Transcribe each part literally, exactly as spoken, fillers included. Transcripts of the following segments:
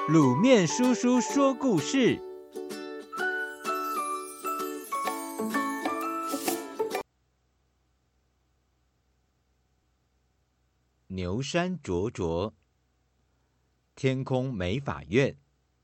卤面叔叔说故事。牛山灼灼，天空美法院。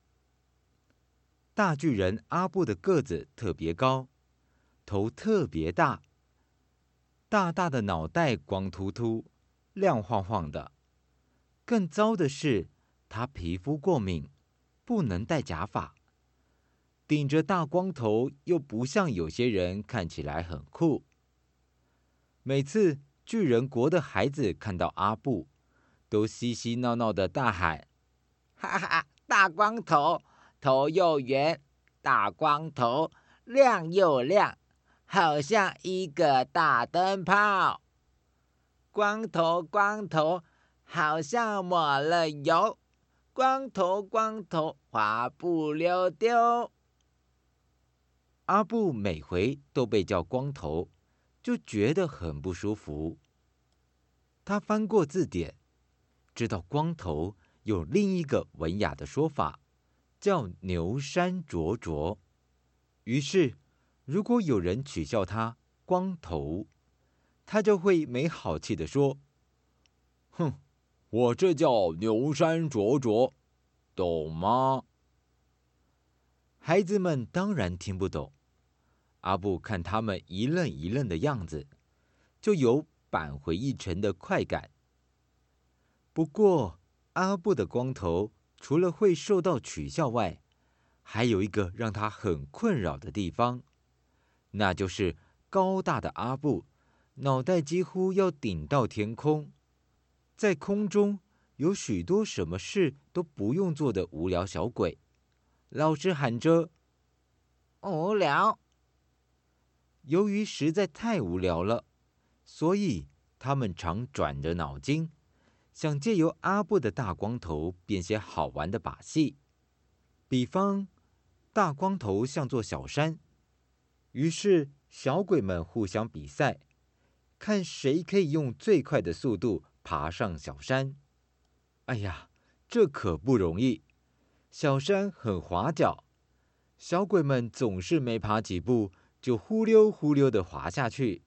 大巨人阿布的个子特别高，头特别大，大大的脑袋光秃秃，亮晃晃的。更糟的是，他皮肤过敏，不能戴假发，顶着大光头又不像有些人看起来很酷。每次巨人国的孩子看到阿布，都嬉嬉闹闹的大喊： 哈哈，大光头，头又圆，大光头，亮又亮，好像一个大灯泡。光头光头，好像抹了油，光头光头，滑不溜丢。 阿布每回都被叫光头，就觉得很不舒服。他翻过字典，知道光头有另一个文雅的说法，叫牛山灼灼。于是，如果有人取笑他光头，他就会没好气地说：哼，我这叫牛山灼灼，懂吗？孩子们当然听不懂。阿布看他们一愣一愣的样子，就有扳回一城的快感。不过，阿布的光头除了会受到取笑外，还有一个让他很困扰的地方，那就是高大的阿布脑袋几乎要顶到天空，在空中有许多什么事都不用做的无聊小鬼，老是喊着无聊。 由于实在太无聊了，所以他们常转着脑筋，想借由阿布的大光头变些好玩的把戏。比方，大光头像座小山，于是小鬼们互相比赛，看谁可以用最快的速度爬上小山。哎呀，这可不容易，小山很滑脚，小鬼们总是没爬几步就忽溜忽溜地滑下去。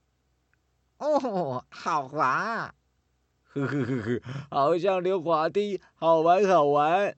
哦，好滑啊！ 呵呵呵呵，好像溜滑梯，好玩好玩。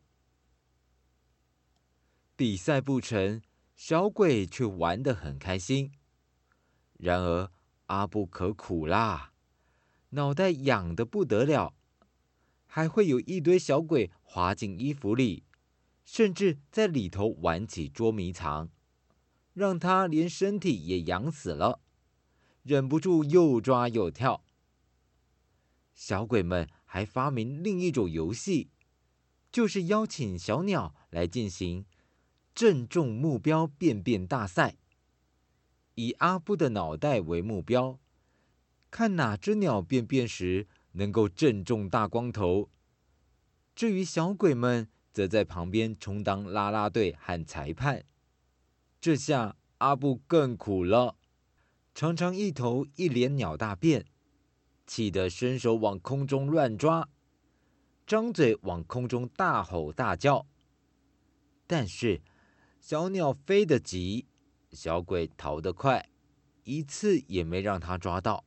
比赛不成，小鬼却玩得很开心。然而阿布可苦啦，脑袋痒得不得了，还会有一堆小鬼滑进衣服里，甚至在里头玩起捉迷藏，让他连身体也痒死了，忍不住又抓又跳。小鬼们还发明另一种游戏，就是邀请小鸟来进行正中目标便便大赛，以阿布的脑袋为目标，看哪只鸟便便时能够正中大光头。至于小鬼们，则在旁边充当啦啦队和裁判。这下阿布更苦了，常常一头一脸鸟大便，气得伸手往空中乱抓，张嘴往空中大吼大叫。但是小鸟飞得急，小鬼逃得快，一次也没让他抓到。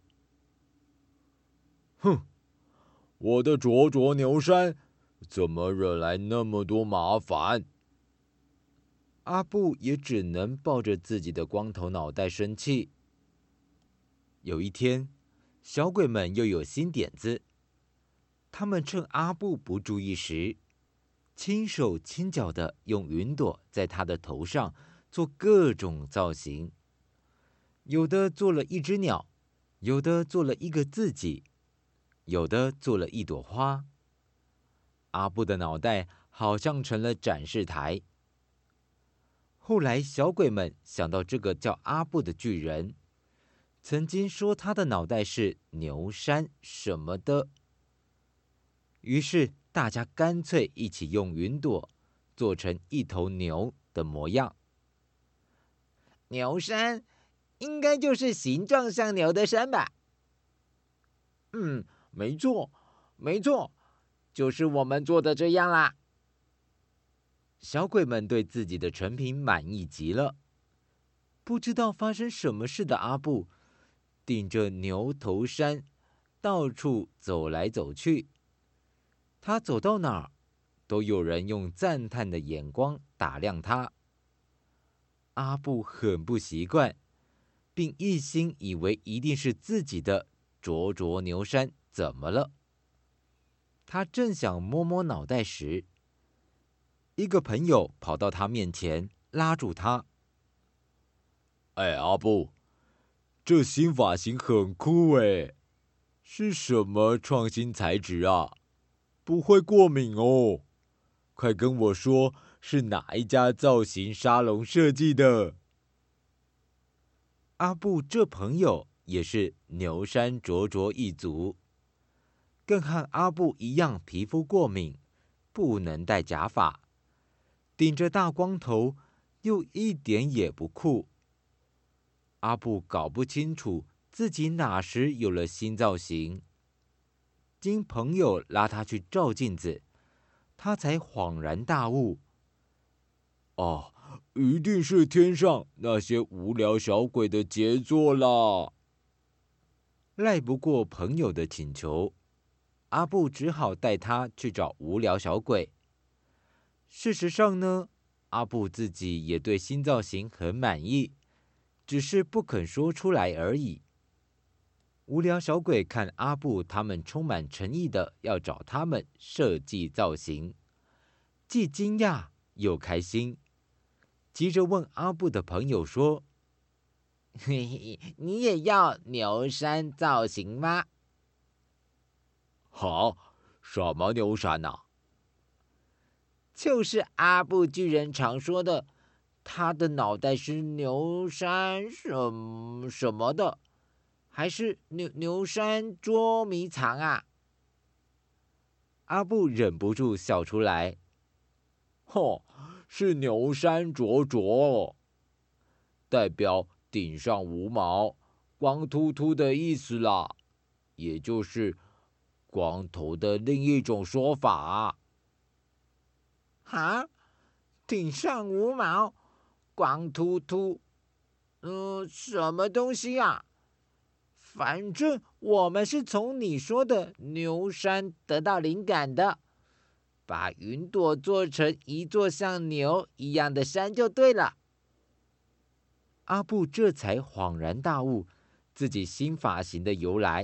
哼，我的灼灼牛山怎么惹来那么多麻烦？阿布也只能抱着自己的光头脑袋生气。有一天，小鬼们又有新点子，他们趁阿布不注意时，轻手轻脚地用云朵在他的头上做各种造型，有的做了一只鸟，有的做了一个自己，有的做了一朵花。阿布的脑袋好像成了展示台。后来小鬼们想到这个叫阿布的巨人曾经说他的脑袋是牛山什么的，于是大家干脆一起用云朵做成一头牛的模样。 牛山应该就是形状像牛的山吧？嗯，没错，没错，就是我们做的这样啦。 小鬼们对自己的成品满意极了。不知道发生什么事的阿布，顶着牛头山，到处走来走去。他走到哪儿，都有人用赞叹的眼光打量他。阿布很不习惯，并一心以为一定是自己的灼灼牛山怎么了。他正想摸摸脑袋时，一个朋友跑到他面前，拉住他。哎，阿布，这新发型很酷哎，是什么创新材质啊？不会过敏哦？快跟我说，是哪一家造型沙龙设计的？阿布这朋友也是牛山灼灼一族，更和阿布一样皮肤过敏，不能戴假发，顶着大光头，又一点也不酷。阿布搞不清楚自己哪时有了新造型，经朋友拉他去照镜子，他才恍然大悟。哦，一定是天上那些无聊小鬼的杰作啦！赖不过朋友的请求，阿布只好带他去找无聊小鬼。事实上呢，阿布自己也对新造型很满意，只是不肯说出来而已。无聊小鬼看阿布他们充满诚意的要找他们设计造型，既惊讶又开心，急着问阿布的朋友说：“ 嘿嘿，你也要牛山造型吗？”“ 好，什么牛山啊？”“ 就是阿布巨人常说的，他的脑袋是牛山什么什么的，还是牛牛山捉迷藏啊？” 阿布忍不住笑出来。吼，是牛山灼灼，代表顶上无毛、光秃秃的意思啦，也就是光头的另一种说法。 哈，顶上无毛，光秃秃，嗯、呃，什么东西啊？反正我们是从你说的牛山得到灵感的，把云朵做成一座像牛一样的山就对了。 阿布这才恍然大悟自己新发型的由来。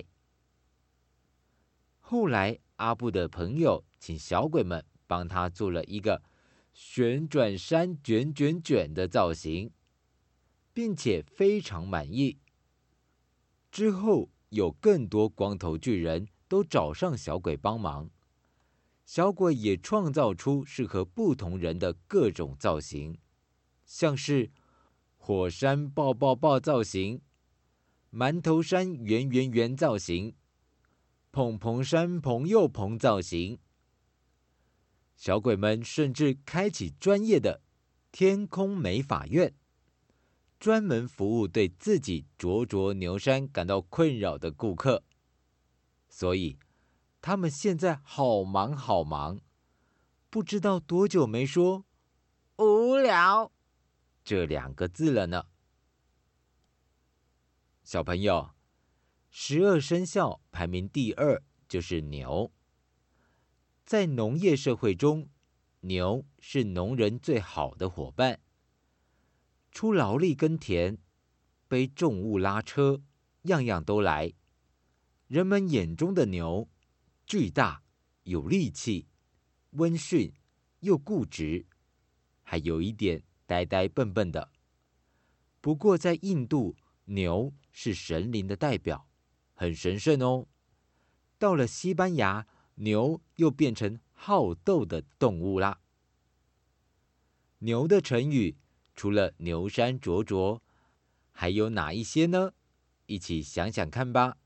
后来，阿布的朋友请小鬼们帮他做了一个旋转山卷卷卷的造型，并且非常满意。之后，有更多光头巨人都找上小鬼帮忙，小鬼也创造出适合不同人的各种造型，像是火山爆爆爆造型、馒头山圆圆圆造型、蓬蓬山蓬又蓬造型。小鬼们甚至开启专业的天空美发院，专门服务对自己灼灼牛山感到困扰的顾客。所以，他们现在好忙好忙，不知道多久没说无聊这两个字了呢。小朋友，十二生肖排名第二就是牛。在农业社会中，牛是农人最好的伙伴，出劳力耕田，背重物拉车，样样都来。人们眼中的牛，巨大、有力气、温驯又固执，还有一点呆呆笨笨的。不过在印度，牛是神灵的代表，很神圣哦。到了西班牙，牛又变成好斗的动物啦。牛的成语除了牛山灼灼，还有哪一些呢？一起想想看吧。